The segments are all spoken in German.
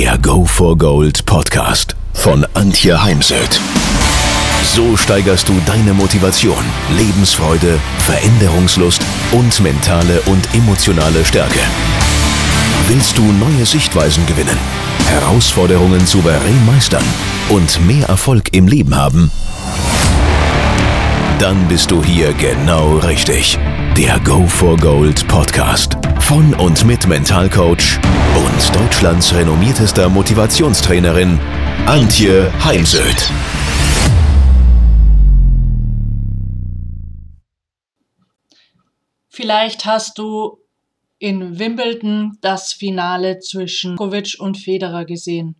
Der Go for Gold Podcast von Antje Heimsöth. So steigerst du deine Motivation, Lebensfreude, Veränderungslust und mentale und emotionale Stärke. Willst du neue Sichtweisen gewinnen, Herausforderungen souverän meistern und mehr Erfolg im Leben haben? Dann bist du hier genau richtig. Der Go for Gold Podcast von und mit Mentalcoach und Deutschlands renommiertester Motivationstrainerin Antje Heimsöth. Vielleicht hast du in Wimbledon das Finale zwischen Djokovic und Federer gesehen.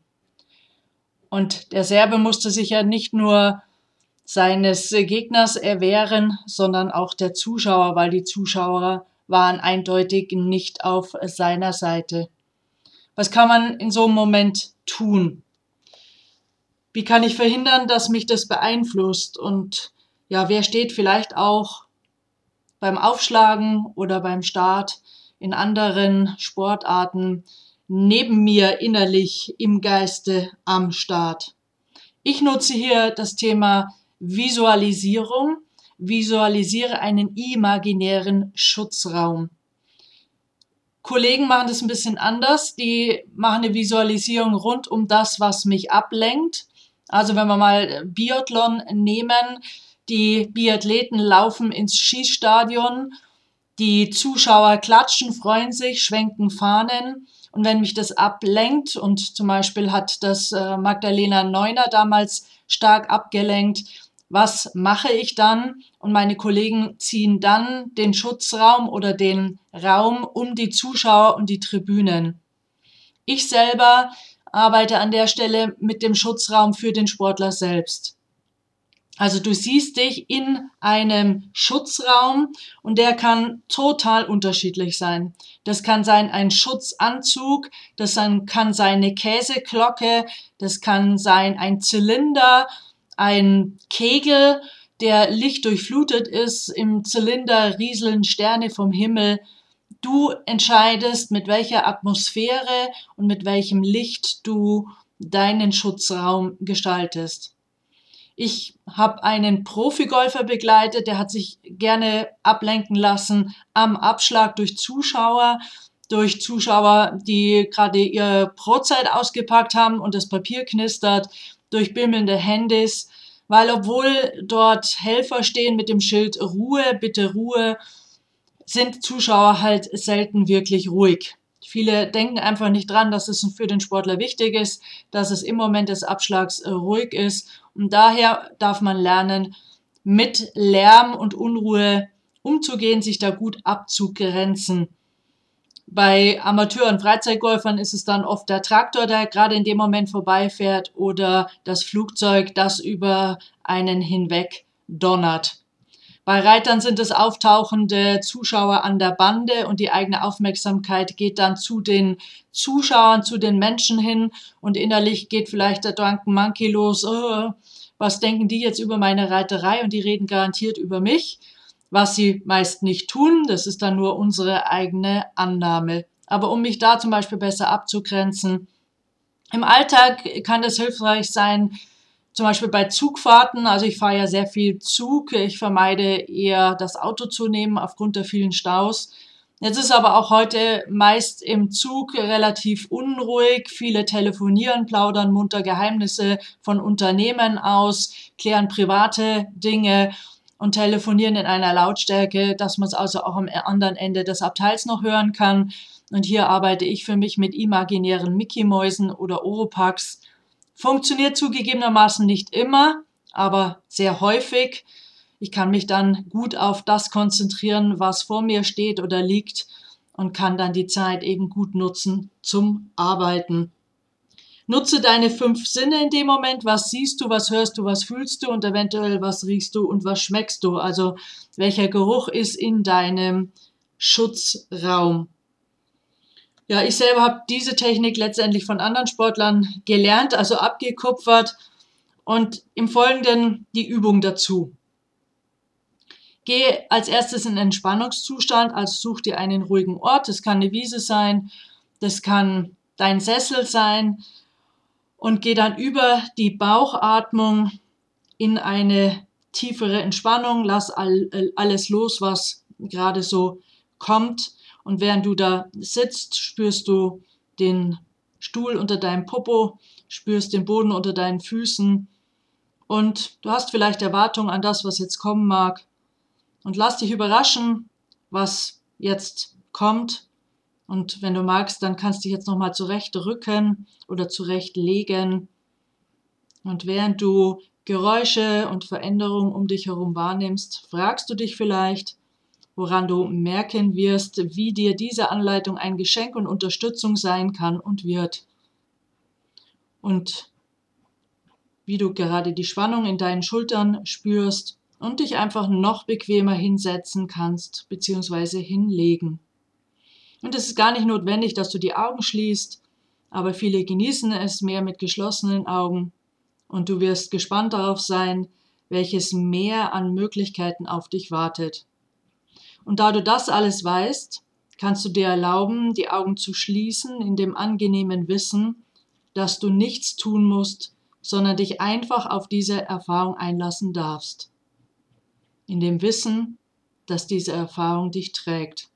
Und der Serbe musste sich ja nicht nur seines Gegners erwehren, sondern auch der Zuschauer, weil die Zuschauer waren eindeutig nicht auf seiner Seite. Was kann man in so einem Moment tun? Wie kann ich verhindern, dass mich das beeinflusst? Und ja, wer steht vielleicht auch beim Aufschlagen oder beim Start in anderen Sportarten neben mir innerlich im Geiste am Start? Ich nutze hier das Thema Visualisierung. Visualisiere einen imaginären Schutzraum. Kollegen machen das ein bisschen anders. Die machen eine Visualisierung rund um das, was mich ablenkt. Also wenn wir mal Biathlon nehmen, die Biathleten laufen ins Schießstadion, die Zuschauer klatschen, freuen sich, schwenken Fahnen. Und wenn mich das ablenkt, und zum Beispiel hat das Magdalena Neuner damals stark abgelenkt, was mache ich dann? Und meine Kollegen ziehen dann den Schutzraum oder den Raum um die Zuschauer und die Tribünen. Ich selber arbeite an der Stelle mit dem Schutzraum für den Sportler selbst. Also du siehst dich in einem Schutzraum und der kann total unterschiedlich sein. Das kann sein ein Schutzanzug, das kann sein eine Käseglocke, das kann sein ein Zylinder, ein Kegel, der lichtdurchflutet ist. Im Zylinder rieseln Sterne vom Himmel. Du entscheidest, mit welcher Atmosphäre und mit welchem Licht du deinen Schutzraum gestaltest. Ich habe einen Profigolfer begleitet, der hat sich gerne ablenken lassen am Abschlag durch Zuschauer, die gerade ihre Brotzeit ausgepackt haben und das Papier knistert, durch bimmelnde Handys, weil obwohl dort Helfer stehen mit dem Schild Ruhe, bitte Ruhe, sind Zuschauer halt selten wirklich ruhig. Viele denken einfach nicht dran, dass es für den Sportler wichtig ist, dass es im Moment des Abschlags ruhig ist. Und daher darf man lernen, mit Lärm und Unruhe umzugehen, sich da gut abzugrenzen. Bei Amateur- und Freizeitgolfern ist es dann oft der Traktor, der gerade in dem Moment vorbeifährt, oder das Flugzeug, das über einen hinweg donnert. Bei Reitern sind es auftauchende Zuschauer an der Bande und die eigene Aufmerksamkeit geht dann zu den Zuschauern, zu den Menschen hin und innerlich geht vielleicht der Drunken Monkey los. Oh, was denken die jetzt über meine Reiterei? Und die reden garantiert über mich, was sie meist nicht tun. Das ist dann nur unsere eigene Annahme. Aber um mich da zum Beispiel besser abzugrenzen, im Alltag kann das hilfreich sein, zum Beispiel bei Zugfahrten, also ich fahre ja sehr viel Zug, ich vermeide eher das Auto zu nehmen aufgrund der vielen Staus. Jetzt ist aber auch heute meist im Zug relativ unruhig, viele telefonieren, plaudern munter Geheimnisse von Unternehmen aus, klären private Dinge und telefonieren in einer Lautstärke, dass man es also auch am anderen Ende des Abteils noch hören kann. Und hier arbeite ich für mich mit imaginären Mickey-Mäusen oder Oropax. Funktioniert zugegebenermaßen nicht immer, aber sehr häufig. Ich kann mich dann gut auf das konzentrieren, was vor mir steht oder liegt und kann dann die Zeit eben gut nutzen zum Arbeiten. Nutze deine 5 Sinne in dem Moment. Was siehst du, was hörst du, was fühlst du und eventuell was riechst du und was schmeckst du? Also welcher Geruch ist in deinem Schutzraum? Ja, ich selber habe diese Technik letztendlich von anderen Sportlern gelernt, also abgekupfert und im Folgenden die Übung dazu. Geh als erstes in Entspannungszustand, also such dir einen ruhigen Ort. Das kann eine Wiese sein, das kann dein Sessel sein, und geh dann über die Bauchatmung in eine tiefere Entspannung. Lass alles los, was gerade so kommt. Und während du da sitzt, spürst du den Stuhl unter deinem Popo, spürst den Boden unter deinen Füßen und du hast vielleicht Erwartungen an das, was jetzt kommen mag. Und lass dich überraschen, was jetzt kommt. Und wenn du magst, dann kannst du dich jetzt nochmal zurechtrücken oder zurechtlegen. Und während du Geräusche und Veränderungen um dich herum wahrnimmst, fragst du dich vielleicht, woran du merken wirst, wie dir diese Anleitung ein Geschenk und Unterstützung sein kann und wird. Und wie du gerade die Spannung in deinen Schultern spürst und dich einfach noch bequemer hinsetzen kannst bzw. hinlegen. Und es ist gar nicht notwendig, dass du die Augen schließt, aber viele genießen es mehr mit geschlossenen Augen und du wirst gespannt darauf sein, welches Meer an Möglichkeiten auf dich wartet. Und da du das alles weißt, kannst du dir erlauben, die Augen zu schließen in dem angenehmen Wissen, dass du nichts tun musst, sondern dich einfach auf diese Erfahrung einlassen darfst. In dem Wissen, dass diese Erfahrung dich trägt.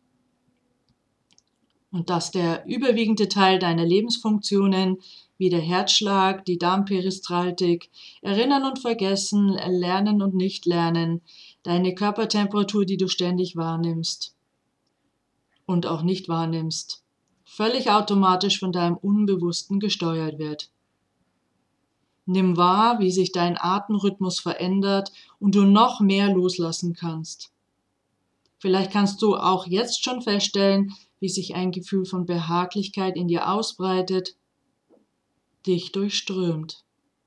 Und dass der überwiegende Teil deiner Lebensfunktionen, wie der Herzschlag, die Darmperistaltik, Erinnern und Vergessen, Lernen und Nicht-Lernen, deine Körpertemperatur, die du ständig wahrnimmst und auch nicht wahrnimmst, völlig automatisch von deinem Unbewussten gesteuert wird. Nimm wahr, wie sich dein Atemrhythmus verändert und du noch mehr loslassen kannst. Vielleicht kannst du auch jetzt schon feststellen, wie sich ein Gefühl von Behaglichkeit in dir ausbreitet, dich durchströmt.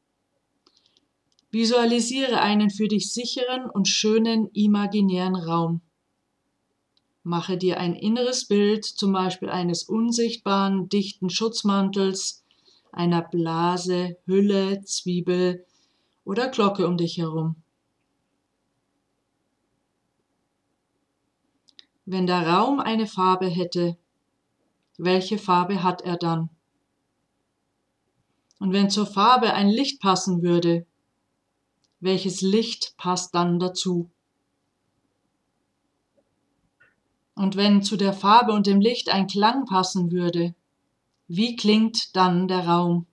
Visualisiere einen für dich sicheren und schönen imaginären Raum. Mache dir ein inneres Bild, zum Beispiel eines unsichtbaren, dichten Schutzmantels, einer Blase, Hülle, Zwiebel oder Glocke um dich herum. Wenn der Raum eine Farbe hätte, welche Farbe hat er dann? Und wenn zur Farbe ein Licht passen würde, welches Licht passt dann dazu? Und wenn zu der Farbe und dem Licht ein Klang passen würde, wie klingt dann der Raum?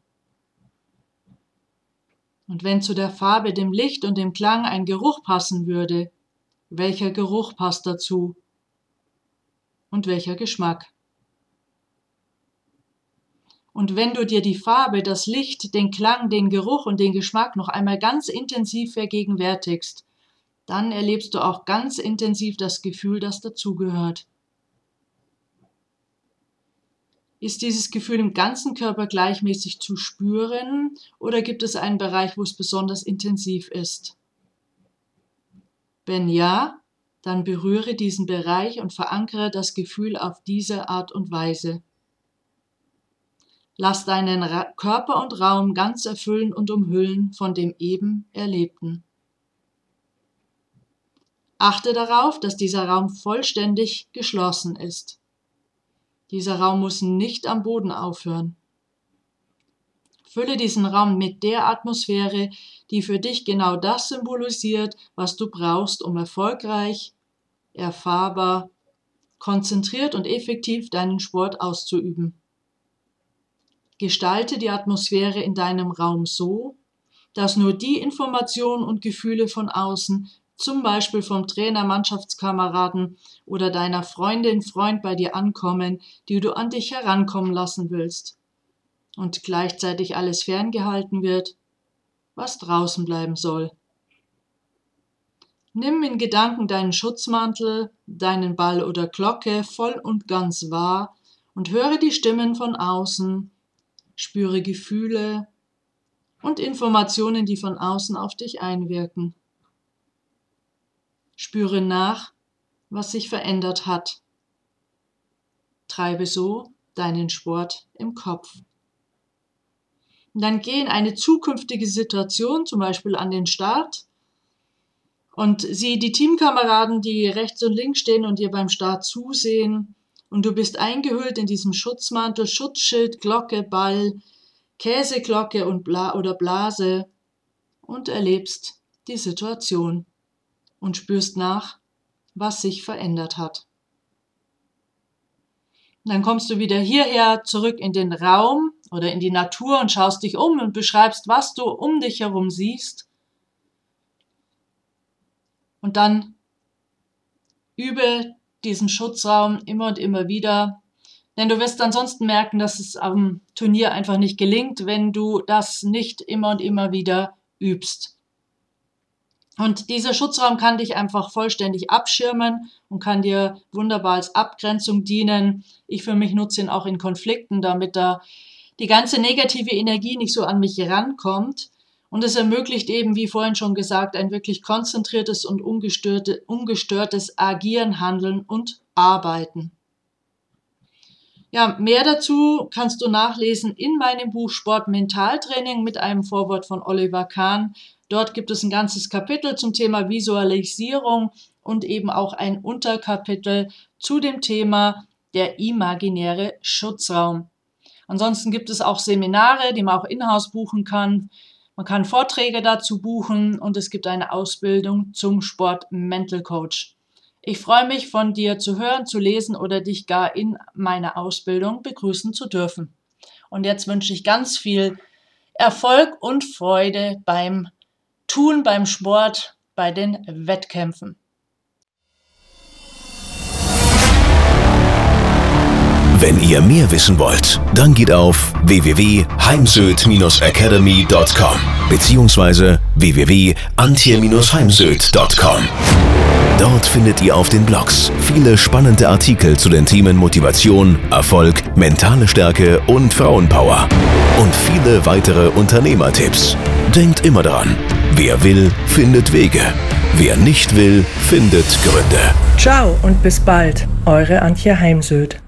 Und wenn zu der Farbe, dem Licht und dem Klang ein Geruch passen würde, welcher Geruch passt dazu? Und welcher Geschmack? Und wenn du dir die Farbe, das Licht, den Klang, den Geruch und den Geschmack noch einmal ganz intensiv vergegenwärtigst, dann erlebst du auch ganz intensiv das Gefühl, das dazugehört. Ist dieses Gefühl im ganzen Körper gleichmäßig zu spüren oder gibt es einen Bereich, wo es besonders intensiv ist? Wenn ja, dann berühre diesen Bereich und verankere das Gefühl auf diese Art und Weise. Lass deinen Körper und Raum ganz erfüllen und umhüllen von dem eben Erlebten. Achte darauf, dass dieser Raum vollständig geschlossen ist. Dieser Raum muss nicht am Boden aufhören. Fülle diesen Raum mit der Atmosphäre, die für dich genau das symbolisiert, was du brauchst, um erfolgreich, erfahrbar, konzentriert und effektiv deinen Sport auszuüben. Gestalte die Atmosphäre in deinem Raum so, dass nur die Informationen und Gefühle von außen, zum Beispiel vom Trainer, Mannschaftskameraden oder deiner Freundin, Freund bei dir ankommen, die du an dich herankommen lassen willst. Und gleichzeitig alles ferngehalten wird, was draußen bleiben soll. Nimm in Gedanken deinen Schutzmantel, deinen Ball oder Glocke voll und ganz wahr und höre die Stimmen von außen, spüre Gefühle und Informationen, die von außen auf dich einwirken. Spüre nach, was sich verändert hat. Treibe so deinen Sport im Kopf. Und dann geh in eine zukünftige Situation, zum Beispiel an den Start, und sieh die Teamkameraden, die rechts und links stehen und dir beim Start zusehen. Und du bist eingehüllt in diesem Schutzmantel, Schutzschild, Glocke, Ball, Käseglocke oder Blase und erlebst die Situation und spürst nach, was sich verändert hat. Dann kommst du wieder hierher zurück in den Raum oder in die Natur und schaust dich um und beschreibst, was du um dich herum siehst. Und dann übe diesen Schutzraum immer und immer wieder, denn du wirst ansonsten merken, dass es am Turnier einfach nicht gelingt, wenn du das nicht immer und immer wieder übst. Und dieser Schutzraum kann dich einfach vollständig abschirmen und kann dir wunderbar als Abgrenzung dienen. Ich für mich nutze ihn auch in Konflikten, damit da die ganze negative Energie nicht so an mich rankommt. Und es ermöglicht eben, wie vorhin schon gesagt, ein wirklich konzentriertes und ungestörtes Agieren, Handeln und Arbeiten. Ja, mehr dazu kannst du nachlesen in meinem Buch Sport Mentaltraining mit einem Vorwort von Oliver Kahn. Dort gibt es ein ganzes Kapitel zum Thema Visualisierung und eben auch ein Unterkapitel zu dem Thema der imaginäre Schutzraum. Ansonsten gibt es auch Seminare, die man auch in-house buchen kann. Man kann Vorträge dazu buchen und es gibt eine Ausbildung zum Sport Mental Coach. Ich freue mich, von dir zu hören, zu lesen oder dich gar in meiner Ausbildung begrüßen zu dürfen. Und jetzt wünsche ich ganz viel Erfolg und Freude beim Tun, beim Sport, bei den Wettkämpfen. Wenn ihr mehr wissen wollt, dann geht auf www.heimsöd-academy.com bzw. www.antje-heimsöd.com. Dort findet ihr auf den Blogs viele spannende Artikel zu den Themen Motivation, Erfolg, mentale Stärke und Frauenpower. Und viele weitere Unternehmertipps. Denkt immer daran, wer will, findet Wege. Wer nicht will, findet Gründe. Ciao und bis bald, eure Antje Heimsöd.